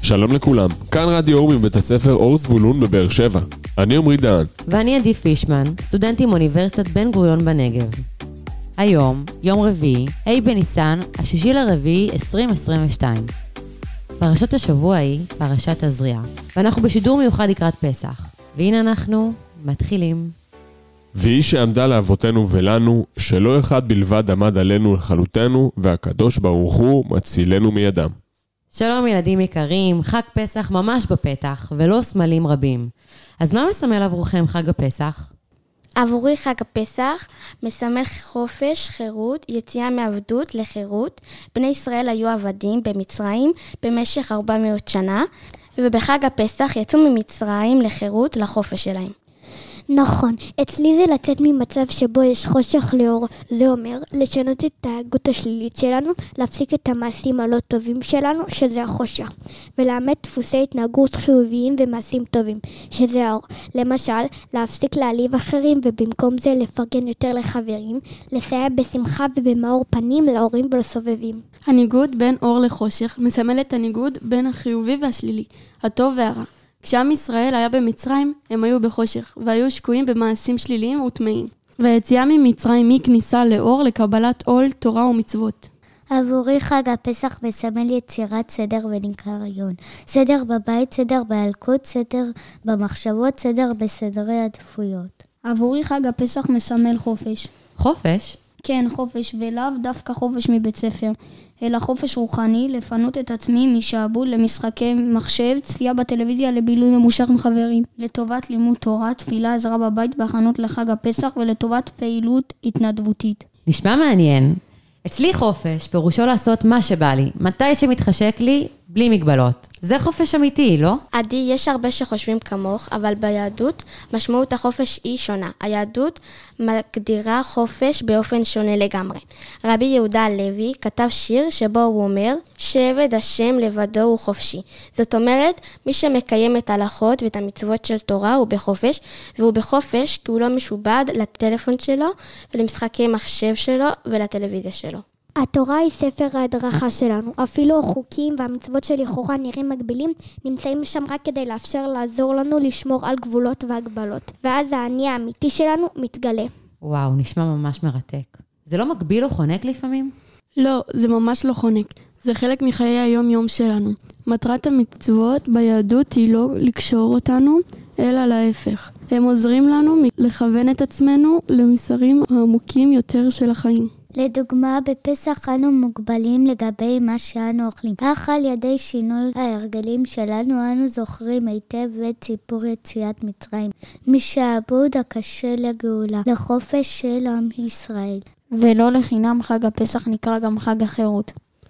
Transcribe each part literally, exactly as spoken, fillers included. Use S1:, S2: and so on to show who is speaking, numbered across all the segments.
S1: שלום לכולם, כאן רדיו אור מבית הספר אור זבולון בבאר שבע. אני עמרי דהן.
S2: ואני עדי פישמן, סטודנט עם אוניברסיטת בן גוריון בנגב. היום, יום רביעי, ה' בניסן, השישי לרביעי עשרים עשרים ושתיים. פרשת השבוע היא פרשת תזריע, ואנחנו בשידור מיוחד לקראת פסח. והנה אנחנו מתחילים.
S1: והיא שעמדה לאבותינו ולנו, שלא אחד בלבד עמד עלינו לכלותנו, והקדוש ברוך הוא מצילנו מידם.
S2: שלום ילדים יקרים, חג פסח ממש בפתח, ולא סמלים רבים. אז מה מסמל עבורכם חג הפסח?
S3: עבורי חג הפסח מסמל חופש, חירות, יציאה מעבדות לחירות. בני ישראל היו עבדים במצרים במשך ארבע מאות שנה, ובחג הפסח יצאו ממצרים לחירות לחופש שלהם.
S4: נכון, אצלי זה לצאת ממצב שבו יש חושך לאור, זה אומר לשנות את ההגות השלילית שלנו, להפסיק את המעשים הלא טובים שלנו, שזה החושך, ולאמת דפוסי התנהגות חיוביים ומעשים טובים, שזה האור. למשל, להפסיק להעליב אחרים ובמקום זה לפרגן יותר לחברים, לסייע בשמחה ובמאור פנים להורים ולסובבים.
S5: הניגוד בין אור לחושך מסמל את הניגוד בין החיובי והשלילי, הטוב והרע. כשעם ישראל היה במצרים, הם היו בחושך, והיו שקועים במעשים שליליים וטמאים. והיציאה ממצרים היא כניסה לאור לקבלת עול, תורה ומצוות.
S6: עבורי חג הפסח מסמל יצירת סדר וניקיון. סדר בבית, סדר בילקוט, סדר במחשבות, סדר בסדרי עדיפויות.
S7: עבורי חג הפסח מסמל חופש.
S2: חופש?
S7: כן, חופש, ולאו דווקא חופש מבית ספר, אלא חופש רוחני, לפנות את עצמי משעבוד למשחקי מחשב, צפייה בטלוויזיה, לבילוי ממושך עם חברים, לטובת לימוד תורה, תפילה, עזרה בבית, בהכנות לחג הפסח, ולטובת פעילות התנדבותית.
S2: נשמע מעניין. אצלי חופש, פירושו לעשות מה שבא לי, מתי שמתחשק לי, בלי מגבלות. זה חופש אמיתי, לא?
S3: עדי, יש הרבה שחושבים כמוך, אבל ביהדות משמעות החופש היא שונה. היהדות מגדירה חופש באופן שונה לגמרי. רבי יהודה הלוי כתב שיר שבו הוא אומר, שעבד השם לבדו הוא חופשי. זאת אומרת, מי שמקיים את ההלכות ואת המצוות של תורה הוא בחופש, והוא בחופש כי הוא לא משובד לטלפון שלו ולמשחקי מחשב שלו ולטלוויזיה שלו.
S4: התורה היא ספר ההדרכה שלנו. אפילו החוקים והמצוות שלכאורה נראים מגבילים, נמצאים שם רק כדי לאפשר לעזור לנו לשמור על גבולות והגבלות. ואז האני האמיתי שלנו מתגלה.
S2: וואו, נשמע ממש מרתק. זה לא מגביל או חונק לפעמים?
S5: לא, זה ממש לא חונק. זה חלק מחיי היום יום שלנו. מטרת המצוות ביהדות היא לא לקשור אותנו, אלא להפך. הם עוזרים לנו לכוון את עצמנו למסרים העמוקים יותר של החיים.
S6: לדוגמה, בפסח אנו מוגבלים לגבי מה שאנו אוכלים. כך על ידי שינוי ההרגלים שלנו, אנו זוכרים היטב את סיפור יציאת מצרים, משעבוד הקשה לגאולה, לחופש של עם ישראל.
S7: ולא לחינם חג הפסח נקרא גם חג החירות.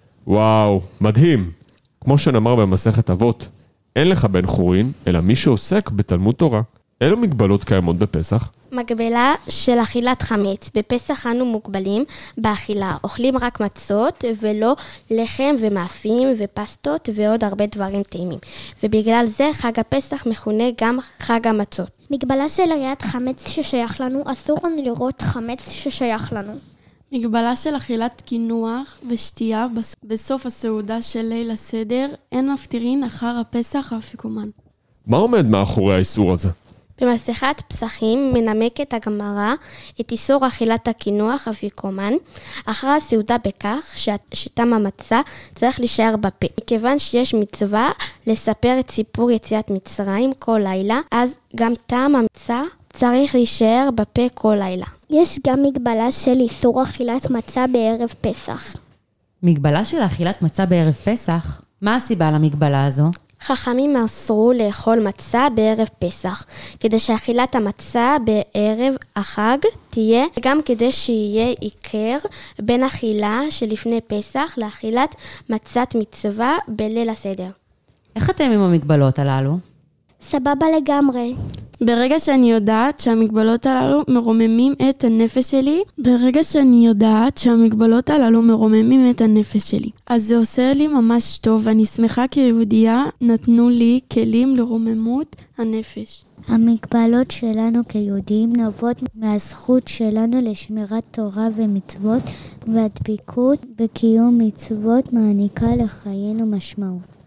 S1: וואו, מדהים. כמו שנאמר במסכת אבות, אין לך בן חורין, אלא מי שעוסק בתלמוד תורה. אילו מגבלות קיימות בפסח?
S3: מגבלה של אכילת חמץ. בפסח אנו מוגבלים באכילה. אוכלים רק מצות ולא לחם ומאפים ופסטות ועוד הרבה דברים טעימים. ובגלל זה חג הפסח מכונה גם חג המצות.
S4: מגבלה של ראיית חמץ ששייך לנו, אסור לנו לראות חמץ ששייך לנו.
S5: מגבלה של אכילת קינוח ושתייה בסוף הסעודה של ליל הסדר, אין מפטירין אחר הפסח האפיקומן.
S1: מה עומד מאחורי האיסור הזה?
S3: במסכת פסחים מנמקת הגמרא את איסור אכילת הקינוח אפיקומן, אחר הסעודה בכך שתם המצה צריך להישאר בפה. מכיוון שיש מצווה לספר את סיפור יציאת מצרים כל לילה, אז גם תם המצה צריך להישאר בפה כל לילה.
S4: יש גם מגבלה של איסור אכילת מצה בערב פסח.
S2: מגבלה של אכילת מצה בערב פסח? מה הסיבה למגבלה הזו?
S3: חכמים אסרו לאכול מצה בערב פסח, כדי שאכילת המצה בערב החג תהיה, גם כדי שיהיה עיקר בין אכילה שלפני פסח לאכילת מצת מצווה בליל הסדר.
S2: איך אתם עם המגבלות הללו?
S4: סבבה לגמרי.
S5: ברגע שאני יודעת שהמגבלות הללו מרוממים את הנפש שלי, ברגע שאני יודעת שהמגבלות הללו מרוממים את הנפש שלי, אז זה עושה לי ממש טוב, ואני שמחה כיהודייה נתנו לי כלים לרוממות הנפש.
S6: המגבלות שלנו כיהודים נובעות מהזכות שלנו לשמירת תורה ומצוות, והדבקות בקיום מצוות מעניקה לחיינו משמעות.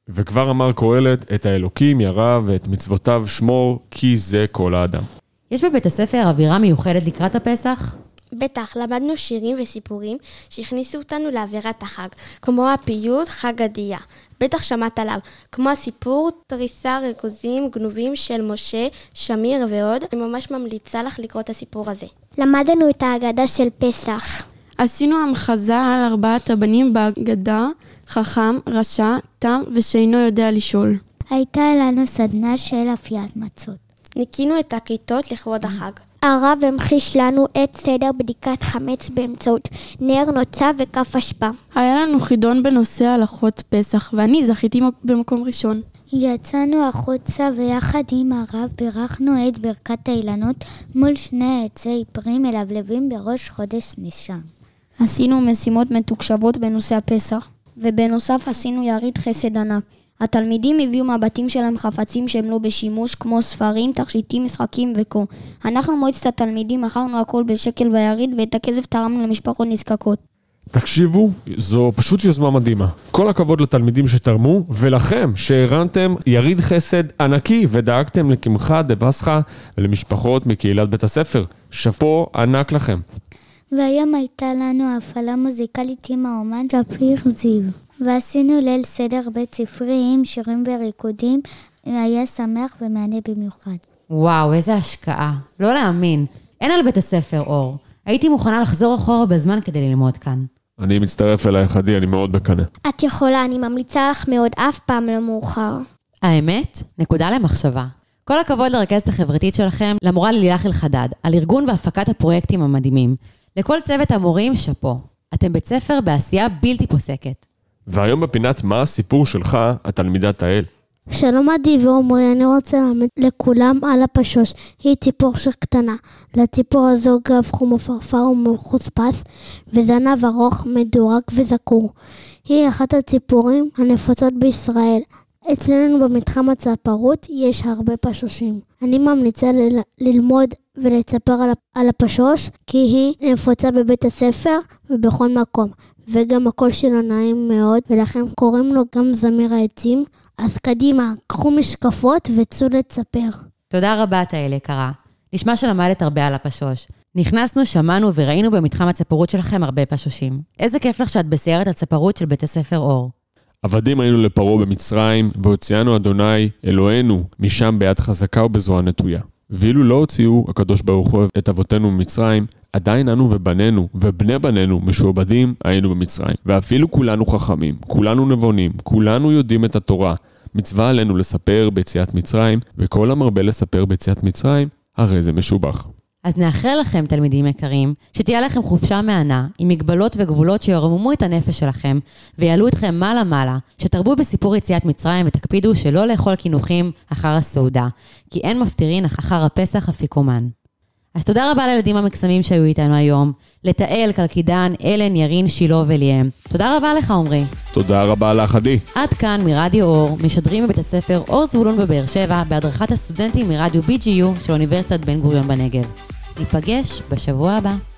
S1: וכבר אמר קהלת, את האלוקים ירא ואת מצוותיו שמור, כי זה כל האדם.
S2: יש בבית הספר אווירה מיוחדת לקראת הפסח?
S3: בטח, למדנו שירים וסיפורים שהכניסו אותנו לאווירת החג, כמו הפיוט חג עדיה. בטח שמעת עליו, כמו הסיפור תריסה רגוזים גנובים של משה, שמיר ועוד. אני ממש ממליצה לך לקרוא את הסיפור הזה.
S4: למדנו את ההגדה של פסח.
S5: עשינו המחזה על ארבעת הבנים בהגדה, חכם, רשע, תם ושאינו יודע לשאול.
S6: הייתה לנו סדנה של אפיית מצות.
S3: ניקינו את הכיתות לכבוד החג.
S4: הרב המחיש לנו את סדר בדיקת חמץ באמצעות נר, נוצה וכף אשפה.
S5: היה לנו חידון בנושא הלכות פסח, ואני זכיתי במקום ראשון.
S6: יצאנו החוצה ויחד עם הרב בירכנו את ברכת האילנות מול שני עצי פרי מלבלבים בראש חודש ניסן.
S7: עשינו משימות מתוקשבות בנושא הפסח, ובנוסף עשינו יריד חסד ענק. התלמידים הביאו מהבתים שלהם חפצים שהם לא בשימוש, כמו ספרים, תכשיטים, משחקים וכו. אנחנו מועצת התלמידים מכרנו הכל בשקל ביריד, ואת הכסף תרמנו למשפחות נזקקות.
S1: תקשיבו, זו פשוט יוזמה מדהימה. כל הכבוד לתלמידים שתרמו, ולכם שהרנתם יריד חסד ענקי ודאגתם לקמחא דפסחא ולמשפחות מקהילת בית הספר. שאפו ענק לכם.
S6: והיום הייתה לנו הפעלה מוזיקלית עם האומן שפיר זיו. ועשינו ליל סדר בית ספרי עם שירים וריקודים, היה שמח ומענה במיוחד.
S2: וואו, איזה השקעה. לא להאמין. אין על בית הספר אור. הייתי מוכנה לחזור אחורה בזמן כדי ללמוד כאן.
S1: אני מצטרף אלייך עדי, אני מאוד בקנה.
S4: את יכולה, אני ממליצה לך מאוד, אף פעם לא מאוחר.
S2: האמת, נקודה למחשבה. כל הכבוד לרכזת החברתית שלכם, למורה לילך אלחדד, על ארגון והפקת הפרויקטים המדהימים. לכל צוות המורים, שפו. אתם בית ספר בעשייה בלתי פוסקת.
S1: והיום בפינת מה הסיפור שלך, התלמידת האל.
S4: שלום עדי ועומרי, אני רוצה להעמיד לכולם על הפשוש. היא ציפור שקטנה. לציפור הזו גב חום ופרפר ומחוספס, וזנב ארוך, מדורג וזקור. היא אחת הציפורים הנפוצות בישראל. אצלנו במתחם הצפרות יש הרבה פשושים. אני ממליצה ל- ללמוד ולספר על, על הפשוש, כי היא נפוצה בבית הספר ובכל מקום. וגם הקול שלו נעים מאוד, ולכן קוראים לו גם זמיר העצים. אז קדימה, קחו משקפות וצאו לספר.
S2: תודה רבה, תהל יקרה. נשמע שלמדת הרבה על הפשוש. נכנסנו, שמענו וראינו במתחם הצפרות שלכם הרבה פשושים. איזה כיף לך שאת בסיירת הצפרות של בית הספר אור.
S1: עבדים היינו לפרעה במצרים, והוציאנו אדוני אלוהינו משם ביד חזקה ובזרוע נטויה. ואילו לא הוציאו הקדוש ברוך הוא את אבותינו ממצרים, עדיין אנו ובנינו ובני בנינו משועבדים היינו במצרים. ואפילו כולנו חכמים, כולנו נבונים, כולנו יודעים את התורה. מצווה עלינו לספר ביציאת מצרים, וכל המרבה לספר ביציאת מצרים, הרי זה משובח.
S2: אז נאחל לכם, תלמידים יקרים, שתהיה לכם חופשה מענה, עם מגבלות וגבולות שירוממו את הנפש שלכם, ויעלו אתכם מעלה-מעלה, שתרבו בסיפור יציאת מצרים ותקפידו שלא לאכול כינוחים אחר הסעודה, כי אין מפטירין אחר הפסח אפיקומן. אז תודה רבה לילדים המקסמים שהיו איתנו היום, לתאל, קלקידן, אלן, ירין, שילה וליאם. תודה רבה לך, עומרי.
S1: תודה רבה לך, עדי.
S2: עד כאן מרדיו אור, משדרים בבית הספר אור זבולון בבאר שבע, בהדרכת הסטודנטים מרדיו בי ג'י יו של אוניברסיטת בן גוריון בנגב. ניפגש בשבוע הבא.